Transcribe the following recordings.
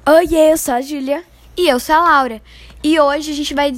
Oiê, eu sou a Júlia. E eu sou a Laura. E hoje a gente vai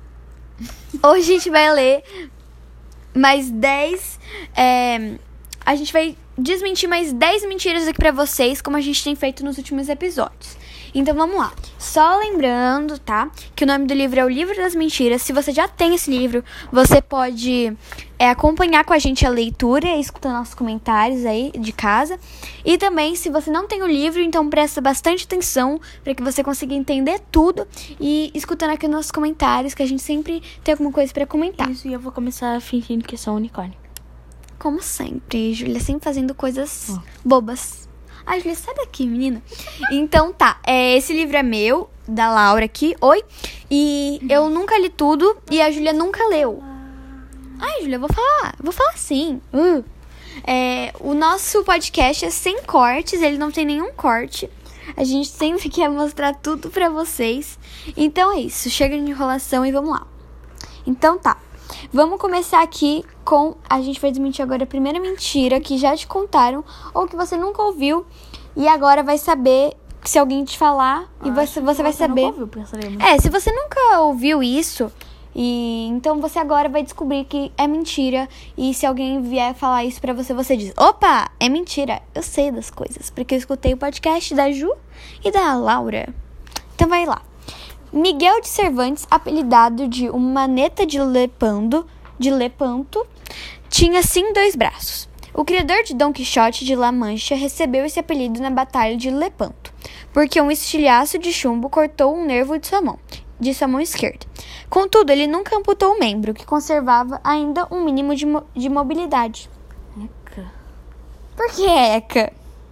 ler mais 10... A gente vai desmentir mais 10 mentiras aqui pra vocês, como a gente tem feito nos últimos episódios. Então vamos lá. Só lembrando, tá? Que o nome do livro é O Livro das Mentiras. Se você já tem esse livro, você pode acompanhar com a gente a leitura, escutando nossos comentários aí de casa. E também, se você não tem o livro, então presta bastante atenção para que você consiga entender tudo e escutando aqui nossos comentários, que a gente sempre tem alguma coisa para comentar. Isso, e eu vou começar fingindo que sou um unicórnio. Como sempre, Júlia sempre fazendo coisas bobas. Ai, Júlia, sai daqui, menina. Então tá, esse livro é meu, da Laura aqui, oi. E eu nunca li tudo e a Júlia nunca leu. Ai, Júlia, vou falar sim. O nosso podcast é sem cortes, ele não tem nenhum corte. A gente sempre quer mostrar tudo pra vocês. Então é isso, chega de enrolação e vamos lá. Então tá, vamos começar aqui com... A gente vai desmentir agora a primeira mentira que já te contaram ou que você nunca ouviu. E agora vai saber, se alguém te falar, e você vai saber. Nunca ouviu, pra saber muito. Se você nunca ouviu isso, então você agora vai descobrir que é mentira. E se alguém vier falar isso pra você, você diz: opa, é mentira, eu sei das coisas, porque eu escutei o podcast da Ju e da Laura. Então vai lá. Miguel de Cervantes, apelidado de uma maneta de Lepanto, tinha sim 2 braços. O criador de Dom Quixote de La Mancha recebeu esse apelido na Batalha de Lepanto, porque um estilhaço de chumbo cortou um nervo de sua mão esquerda. Contudo, ele nunca amputou o membro, que conservava ainda um mínimo de mobilidade. Eca. Por que Eca?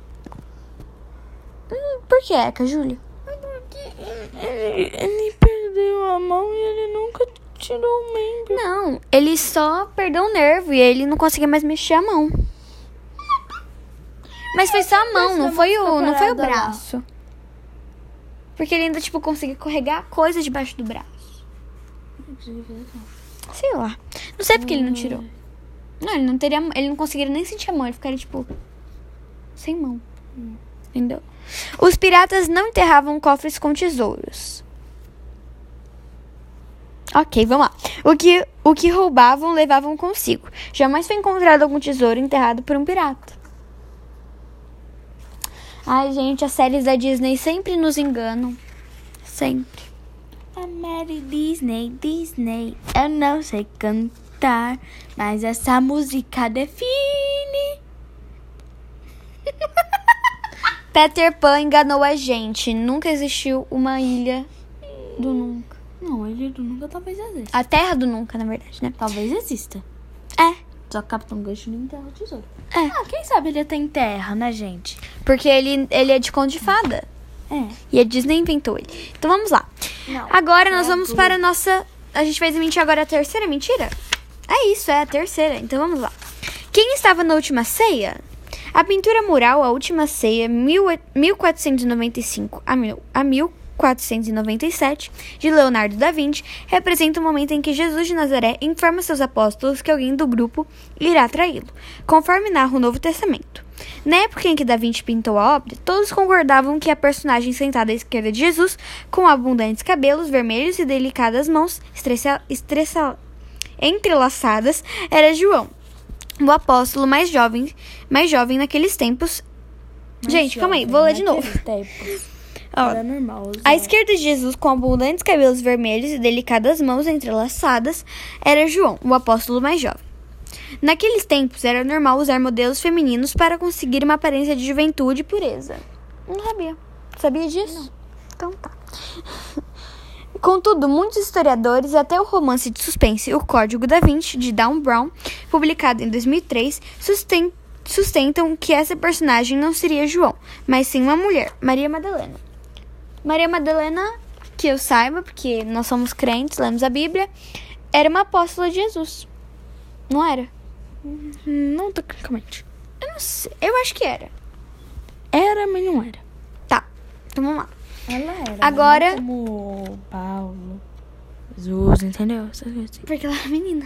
Por que Eca, Júlia? Ele perdeu a mão e ele nunca tirou o membro. Não, ele só perdeu o nervo e ele não conseguia mais mexer a mão. Mas foi só a mão, não foi o braço. Porque ele ainda, conseguia carregar coisa debaixo do braço. Sei lá. Não sei porque ele não tirou. Não, ele não conseguiria nem sentir a mão, ele ficaria, sem mão. Entendeu? Os piratas não enterravam cofres com tesouros. Ok, vamos lá. O que roubavam, levavam consigo. Jamais foi encontrado algum tesouro enterrado por um pirata. Ai, gente, as séries da Disney sempre nos enganam. Sempre. A Mary Disney, eu não sei cantar, mas essa música define. Peter Pan enganou a gente. Nunca existiu uma ilha do nunca. Não, a ilha do nunca talvez exista. A terra do nunca, na verdade, né? Talvez exista. Só que o Capitão Gancho não enterra o tesouro. Quem sabe ele tem terra, né, gente? Porque ele é de conto de fada. E a Disney inventou ele. Então vamos lá. Não, agora nós vamos para a nossa... A gente vai desmentir agora a terceira mentira? É isso, é a terceira. Então vamos lá. Quem estava na última ceia? A pintura mural A Última Ceia, 1495 a 1497, de Leonardo da Vinci, representa o momento em que Jesus de Nazaré informa seus apóstolos que alguém do grupo irá traí-lo, conforme narra o Novo Testamento. Na época em que Da Vinci pintou a obra, todos concordavam que a personagem sentada à esquerda de Jesus, com abundantes cabelos vermelhos e delicadas mãos entrelaçadas, era João, o apóstolo mais jovem naqueles tempos. Gente, calma aí, vou ler de novo. Era normal. À esquerda de Jesus, com abundantes cabelos vermelhos e delicadas mãos entrelaçadas, era João, o apóstolo mais jovem. Naqueles tempos, era normal usar modelos femininos para conseguir uma aparência de juventude e pureza. Não sabia. Sabia disso? Não. Então tá. Contudo, muitos historiadores, até o romance de suspense O Código da Vinci, de Dan Brown, publicado em 2003, sustentam que essa personagem não seria João, mas sim uma mulher, Maria Madalena. Maria Madalena, que eu saiba, porque nós somos crentes, lemos a Bíblia, era uma apóstola de Jesus. Não era? Não tecnicamente. Eu não sei, eu acho que era. Era, mas não era. Tá, então vamos lá. Ela era. Agora... Como Paulo, Jesus, entendeu? Porque ela é menina.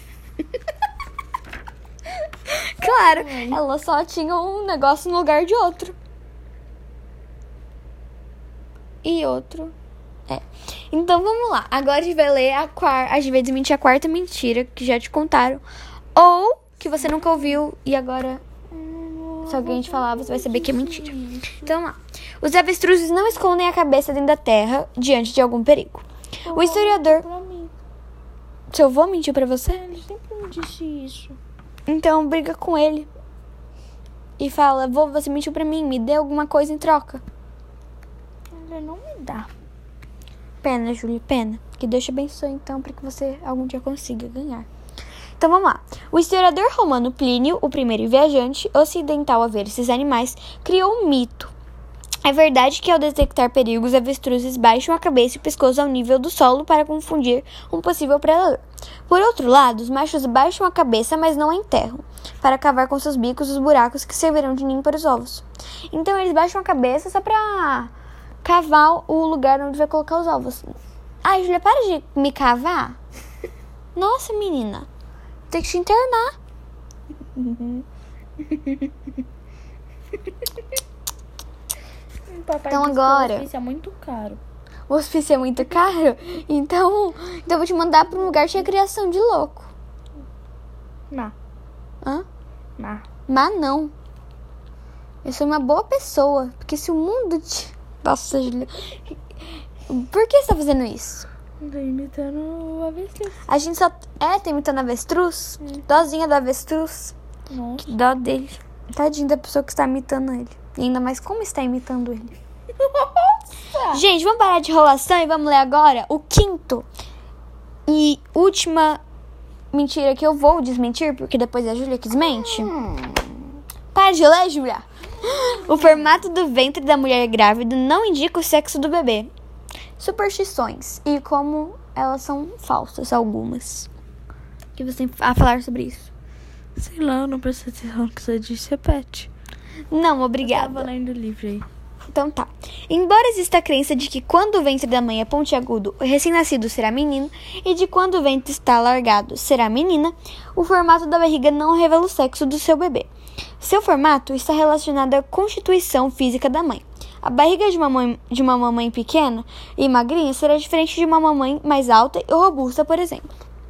Claro, ela só tinha um negócio no lugar de outro. e outro... Então, vamos lá. Agora a gente vai ler a gente vai desmentir a quarta mentira que já te contaram. Ou que você nunca ouviu e agora, se alguém te falar, você vai saber que é mentira. Então, vamos lá. Os avestruzes não escondem a cabeça dentro da terra diante de algum perigo. O historiador... Seu avô mentiu pra você? Ele sempre me disse isso. Então, briga com ele. E fala, vô, você mentiu pra mim, me dê alguma coisa em troca. Ele não me dá. Pena, Júlia, pena. Que Deus te abençoe, então, para que você algum dia consiga ganhar. Então, vamos lá. O historiador romano Plínio, o primeiro viajante ocidental a ver esses animais, criou um mito. É verdade que, ao detectar perigos, avestruzes baixam a cabeça e o pescoço ao nível do solo para confundir um possível predador. Por outro lado, os machos baixam a cabeça, mas não a enterram, para cavar com seus bicos os buracos que servirão de ninho para os ovos. Então, eles baixam a cabeça só para cavar o lugar onde vai colocar os ovos. Ai, Júlia, para de me cavar. Nossa, menina. Tem que te internar. Papai Então disse agora... que o hospício é muito caro. O hospício é muito caro? Então eu vou te mandar para um lugar cheio de criação de louco. Má. Hã? Má. Mas não. Eu sou uma boa pessoa. Porque se o mundo te... Nossa, Júlia. Por que você tá fazendo isso? Tô imitando o avestruz. A gente só... tá imitando avestruz? Dózinha do avestruz. Nossa. Que dó dele. Tadinho da pessoa que está imitando ele. E ainda mais como está imitando ele. Nossa. Gente, vamos parar de enrolação e vamos ler agora o quinto e última mentira que eu vou desmentir, porque depois é a Júlia que desmente. Para de ler, Júlia. O formato do ventre da mulher grávida não indica o sexo do bebê. Superstições e como elas são falsas, algumas. O que você tem a falar sobre isso? Sei lá, eu não prestei atenção no que você disse. Repete. Não, Eu obrigada. tava lendo o livro aí. Então tá. Embora exista a crença de que quando o ventre da mãe é pontiagudo, o recém-nascido será menino, e de quando o ventre está alargado será menina, o formato da barriga não revela o sexo do seu bebê. Seu formato está relacionado à constituição física da mãe. A barriga de uma mamãe pequena e magrinha será diferente de uma mamãe mais alta e robusta, por exemplo.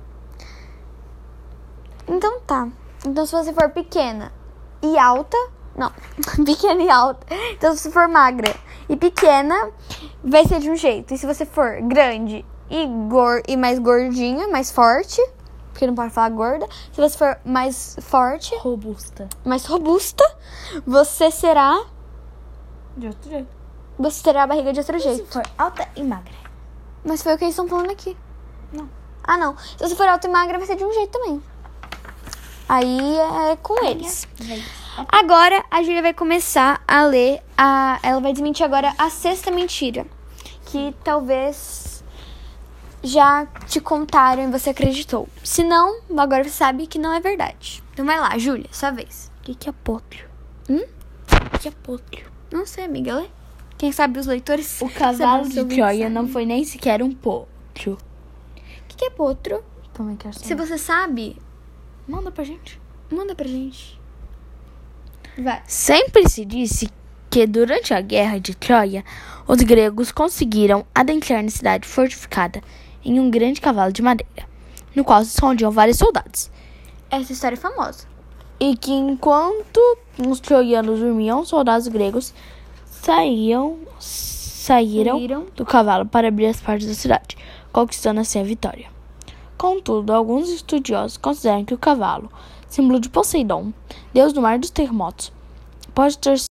Então tá. Então se você for pequena e alta... Não, pequena e alta. Então, se for magra e pequena, vai ser de um jeito. E se você for grande e mais gordinha, mais forte, porque não pode falar gorda. Se você for mais forte, mais robusta, você será... De outro jeito. Você terá a barriga de outro E jeito. se for alta e magra? Mas foi o que eles estão falando aqui. Não. Ah, não. Se você for alta e magra, vai ser de um jeito também. Aí é com eles. Agora, a Júlia vai começar a ler ela vai desmentir agora a sexta mentira. Que talvez já te contaram e você acreditou. Se não, agora você sabe que não é verdade. Então vai lá, Júlia, sua vez. O que é potro? O que é potro? Não sei, amiga, lê. Quem sabe os leitores... O cavalo sabem de sobre Troia isso. não foi nem sequer um potro. O que é potro? Também quero Se saber. você sabe, Manda pra gente. manda pra gente. Vai. Sempre se disse que durante a guerra de Troia, os gregos conseguiram adentrar na cidade fortificada em um grande cavalo de madeira, no qual se escondiam vários soldados. Essa história é famosa. E que enquanto os troianos dormiam, os soldados gregos saíram do cavalo para abrir as portas da cidade, conquistando assim a vitória. Contudo, alguns estudiosos consideram que o cavalo, símbolo de Poseidon, deus do mar dos terremotos, pode ter